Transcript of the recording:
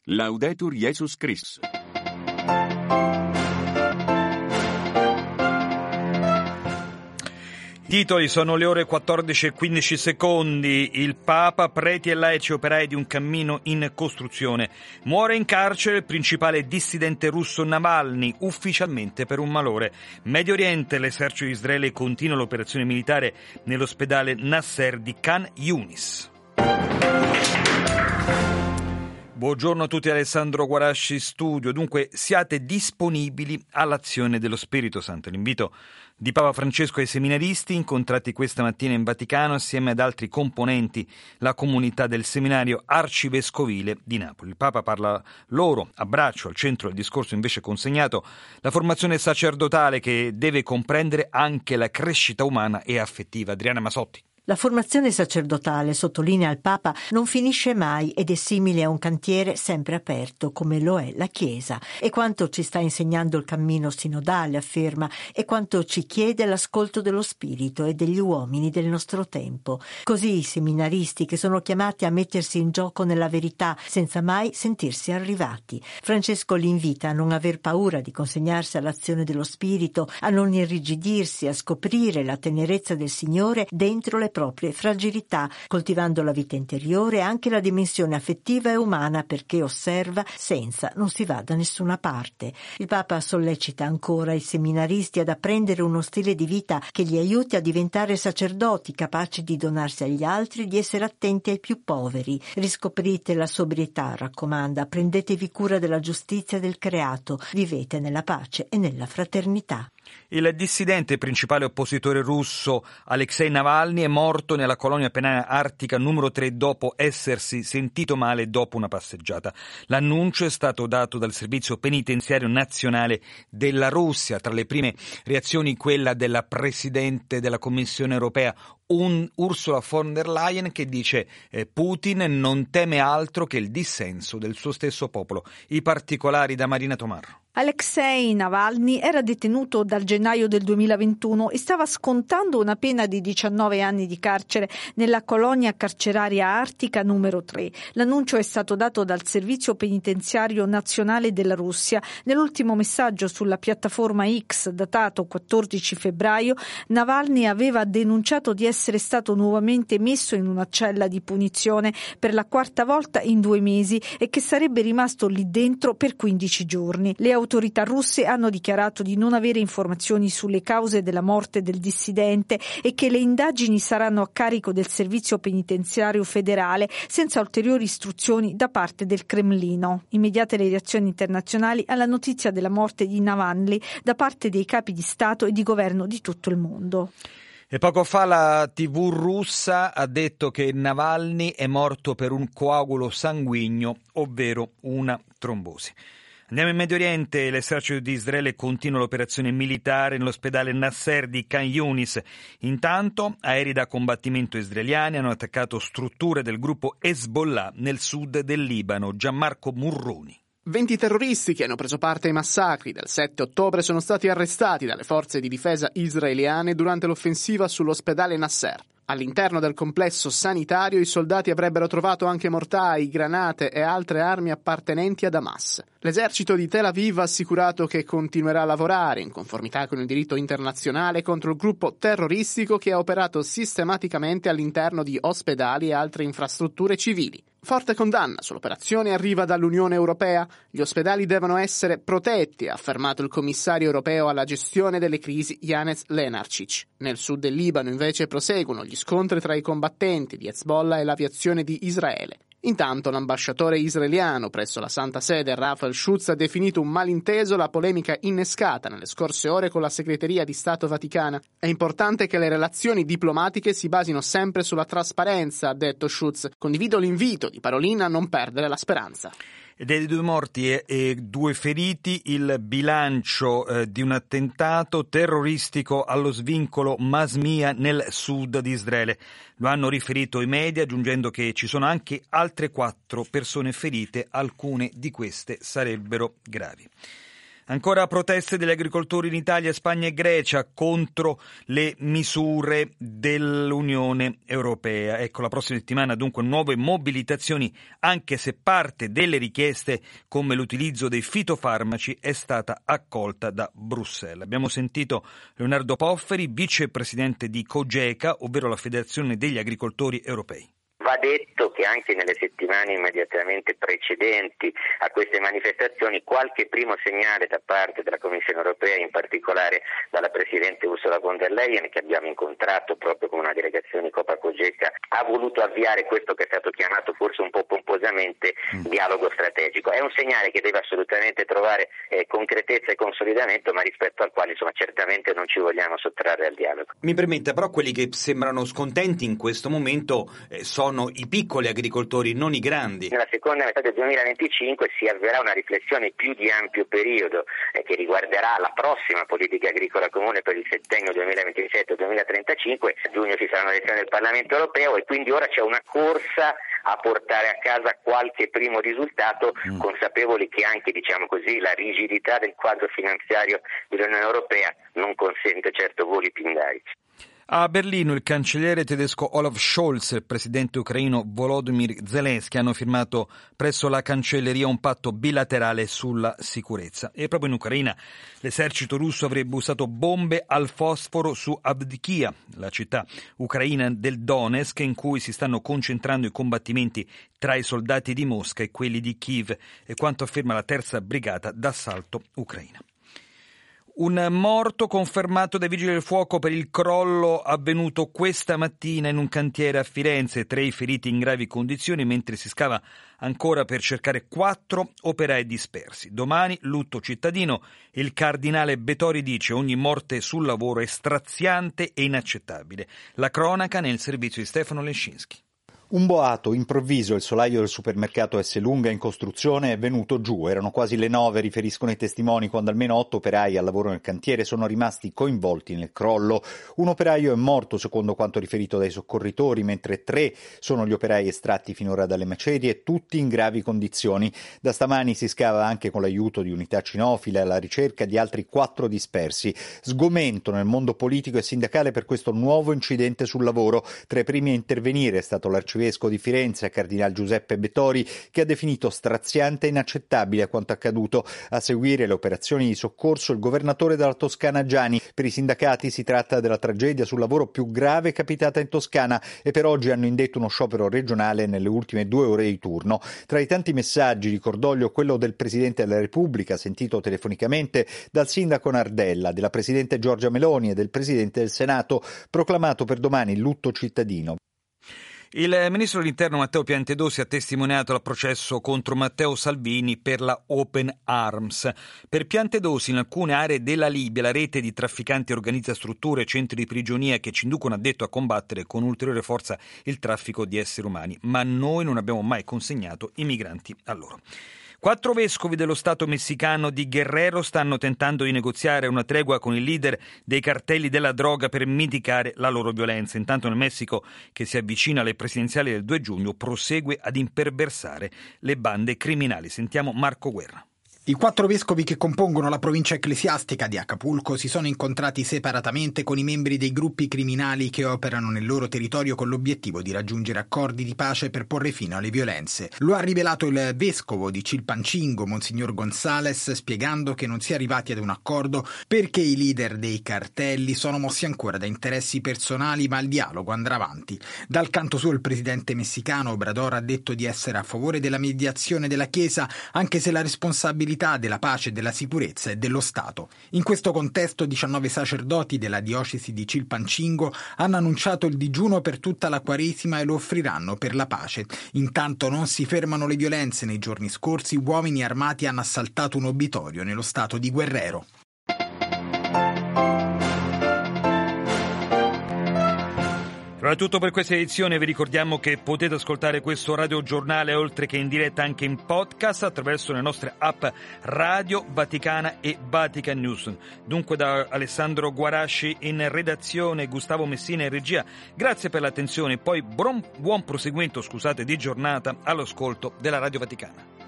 Laudetur Jesus Christus. Titoli: sono le ore 14:15. Il Papa, preti e laici operai di un cammino in costruzione. Muore in carcere il principale dissidente russo Navalny, ufficialmente per un malore. Medio Oriente, l'esercito di Israele continua l'operazione militare nell'ospedale Nasser di Khan Yunis. Buongiorno a tutti, Alessandro Guarasci studio. Dunque, siate disponibili all'azione dello Spirito Santo. L'invito di Papa Francesco ai seminaristi incontrati questa mattina in Vaticano assieme ad altri componenti la comunità del seminario arcivescovile di Napoli. Il Papa parla loro, a braccio, al centro del discorso invece consegnato, la formazione sacerdotale che deve comprendere anche la crescita umana e affettiva. Adriana Masotti. La formazione sacerdotale, sottolinea il Papa, non finisce mai ed è simile a un cantiere sempre aperto, come lo è la Chiesa. E quanto ci sta insegnando il cammino sinodale, afferma, e quanto ci chiede l'ascolto dello Spirito e degli uomini del nostro tempo. Così i seminaristi, che sono chiamati a mettersi in gioco nella verità senza mai sentirsi arrivati. Francesco li invita a non aver paura di consegnarsi all'azione dello Spirito, a non irrigidirsi, a scoprire la tenerezza del Signore dentro le proprie fragilità, coltivando la vita interiore e anche la dimensione affettiva e umana, perché osserva senza non si va da nessuna parte. Il Papa sollecita ancora i seminaristi ad apprendere uno stile di vita che li aiuti a diventare sacerdoti capaci di donarsi agli altri, di essere attenti ai più poveri. Riscoprite la sobrietà, raccomanda, prendetevi cura della giustizia del creato, vivete nella pace e nella fraternità. Il dissidente principale oppositore russo Alexei Navalny è morto nella colonia penale artica numero 3 dopo essersi sentito male dopo una passeggiata. L'annuncio è stato dato dal Servizio Penitenziario Nazionale della Russia. Tra le prime reazioni quella della Presidente della Commissione Europea Ursula von der Leyen, che dice Putin non teme altro che il dissenso del suo stesso popolo. I particolari da Marina Tomarro. Alexei Navalny era detenuto dal gennaio del 2021 e stava scontando una pena di 19 anni di carcere nella colonia carceraria artica numero 3. L'annuncio è stato dato dal Servizio Penitenziario Nazionale della Russia. Nell'ultimo messaggio sulla piattaforma X, datato 14 febbraio, Navalny aveva denunciato di essere stato nuovamente messo in una cella di punizione per la quarta volta in 2 mesi e che sarebbe rimasto lì dentro per 15 giorni. Le autorità russe hanno dichiarato di non avere informazioni sulle cause della morte del dissidente e che le indagini saranno a carico del Servizio Penitenziario Federale senza ulteriori istruzioni da parte del Cremlino. Immediate le reazioni internazionali alla notizia della morte di Navalny da parte dei capi di Stato e di governo di tutto il mondo. E poco fa la TV russa ha detto che Navalny è morto per un coagulo sanguigno, ovvero una trombosi. Andiamo in Medio Oriente. L'esercito di Israele continua l'operazione militare nell'ospedale Nasser di Khan Yunis. Intanto, aerei da combattimento israeliani hanno attaccato strutture del gruppo Hezbollah nel sud del Libano. Gianmarco Murroni. 20 terroristi che hanno preso parte ai massacri del 7 ottobre sono stati arrestati dalle forze di difesa israeliane durante l'offensiva sull'ospedale Nasser. All'interno del complesso sanitario i soldati avrebbero trovato anche mortai, granate e altre armi appartenenti ad Hamas. L'esercito di Tel Aviv ha assicurato che continuerà a lavorare in conformità con il diritto internazionale contro il gruppo terroristico che ha operato sistematicamente all'interno di ospedali e altre infrastrutture civili. Forte condanna sull'operazione arriva dall'Unione Europea. Gli ospedali devono essere protetti, ha affermato il commissario europeo alla gestione delle crisi Janez Lenarčič. Nel sud del Libano invece proseguono gli scontri tra i combattenti di Hezbollah e l'aviazione di Israele. Intanto l'ambasciatore israeliano presso la Santa Sede, Rafael Schutz, ha definito un malinteso la polemica innescata nelle scorse ore con la Segreteria di Stato Vaticana. È importante che le relazioni diplomatiche si basino sempre sulla trasparenza, ha detto Schutz. Condivido l'invito di Parolin a non perdere la speranza. Dei 2 morti e 2 feriti il bilancio di un attentato terroristico allo svincolo Masmia nel sud di Israele. Lo hanno riferito i media, aggiungendo che ci sono anche altre 4 persone ferite, alcune di queste sarebbero gravi. Ancora proteste degli agricoltori in Italia, Spagna e Grecia contro le misure dell'Unione Europea. Ecco, la prossima settimana dunque nuove mobilitazioni, anche se parte delle richieste come l'utilizzo dei fitofarmaci è stata accolta da Bruxelles. Abbiamo sentito Leonardo Pofferi, vicepresidente di COGECA, ovvero la Federazione degli Agricoltori Europei. Va detto che anche nelle settimane immediatamente precedenti a queste manifestazioni qualche primo segnale da parte della Commissione Europea, in particolare dalla Presidente Ursula von der Leyen, che abbiamo incontrato proprio con una delegazione Copa-Cogeca, ha voluto avviare questo che è stato chiamato forse un po' pomposamente dialogo strategico. È un segnale che deve assolutamente trovare concretezza e consolidamento, ma rispetto al quale certamente non ci vogliamo sottrarre al dialogo. Mi permetta, però quelli che sembrano scontenti in questo momento sono i piccoli agricoltori, non i grandi. Nella seconda metà del 2025 si avverrà una riflessione più di ampio periodo che riguarderà la prossima politica agricola comune per il settennio 2027-2035. A giugno ci sarà una elezione del Parlamento europeo e quindi ora c'è una corsa a portare a casa qualche primo risultato, consapevoli che anche, la rigidità del quadro finanziario dell'Unione Europea non consente certo voli pindarici. A Berlino il cancelliere tedesco Olaf Scholz e il presidente ucraino Volodymyr Zelensky hanno firmato presso la cancelleria un patto bilaterale sulla sicurezza. E proprio in Ucraina l'esercito russo avrebbe usato bombe al fosforo su Avdiivka, la città ucraina del Donetsk, in cui si stanno concentrando i combattimenti tra i soldati di Mosca e quelli di Kiev, e quanto afferma la terza brigata d'assalto ucraina. Un morto confermato dai Vigili del Fuoco per il crollo avvenuto questa mattina in un cantiere a Firenze, 3 feriti in gravi condizioni mentre si scava ancora per cercare 4 operai dispersi. Domani lutto cittadino. Il cardinale Betori dice: ogni morte sul lavoro è straziante e inaccettabile. La cronaca nel servizio di Stefano Lescinski. Un boato improvviso, il solaio del supermercato Esselunga in costruzione è venuto giù. Erano quasi le 9, riferiscono i testimoni, quando almeno 8 operai al lavoro nel cantiere sono rimasti coinvolti nel crollo. Un operaio è morto, secondo quanto riferito dai soccorritori, mentre 3 sono gli operai estratti finora dalle macerie, tutti in gravi condizioni. Da stamani si scava anche con l'aiuto di unità cinofile alla ricerca di altri 4 dispersi. Sgomento nel mondo politico e sindacale per questo nuovo incidente sul lavoro. Tra i primi a intervenire è stato l'arcivescovo di Firenze, Cardinal Giuseppe Betori, che ha definito straziante e inaccettabile quanto accaduto. A seguire le operazioni di soccorso il governatore della Toscana Giani. Per i sindacati si tratta della tragedia sul lavoro più grave capitata in Toscana e per oggi hanno indetto uno sciopero regionale nelle ultime 2 ore di turno. Tra i tanti messaggi di cordoglio quello del Presidente della Repubblica, sentito telefonicamente dal sindaco Nardella, della Presidente Giorgia Meloni e del Presidente del Senato, proclamato per domani il lutto cittadino. Il ministro dell'Interno Matteo Piantedosi ha testimoniato al processo contro Matteo Salvini per la Open Arms. Per Piantedosi, in alcune aree della Libia la rete di trafficanti organizza strutture e centri di prigionia che ci inducono, ha detto, a combattere con ulteriore forza il traffico di esseri umani, ma noi non abbiamo mai consegnato i migranti a loro. 4 vescovi dello Stato messicano di Guerrero stanno tentando di negoziare una tregua con il leader dei cartelli della droga per mitigare la loro violenza. Intanto nel Messico, che si avvicina alle presidenziali del 2 giugno, prosegue ad imperversare le bande criminali. Sentiamo Marco Guerra. I 4 vescovi che compongono la provincia ecclesiastica di Acapulco si sono incontrati separatamente con i membri dei gruppi criminali che operano nel loro territorio con l'obiettivo di raggiungere accordi di pace per porre fine alle violenze. Lo ha rivelato il vescovo di Chilpancingo, Monsignor Gonzales, spiegando che non si è arrivati ad un accordo perché i leader dei cartelli sono mossi ancora da interessi personali, ma il dialogo andrà avanti. Dal canto suo il presidente messicano Obrador ha detto di essere a favore della mediazione della Chiesa, anche se la responsabilità della pace e della sicurezza e dello Stato. In questo contesto 19 sacerdoti della diocesi di Chilpancingo hanno annunciato il digiuno per tutta la Quaresima e lo offriranno per la pace. Intanto non si fermano le violenze. Nei giorni scorsi uomini armati hanno assaltato un obitorio nello stato di Guerrero. Allora, è tutto per questa edizione. Vi ricordiamo che potete ascoltare questo radiogiornale oltre che in diretta anche in podcast attraverso le nostre app Radio Vaticana e Vatican News. Dunque, da Alessandro Guarasci in redazione, Gustavo Messina in regia, grazie per l'attenzione e poi buon proseguimento di giornata all'ascolto della Radio Vaticana.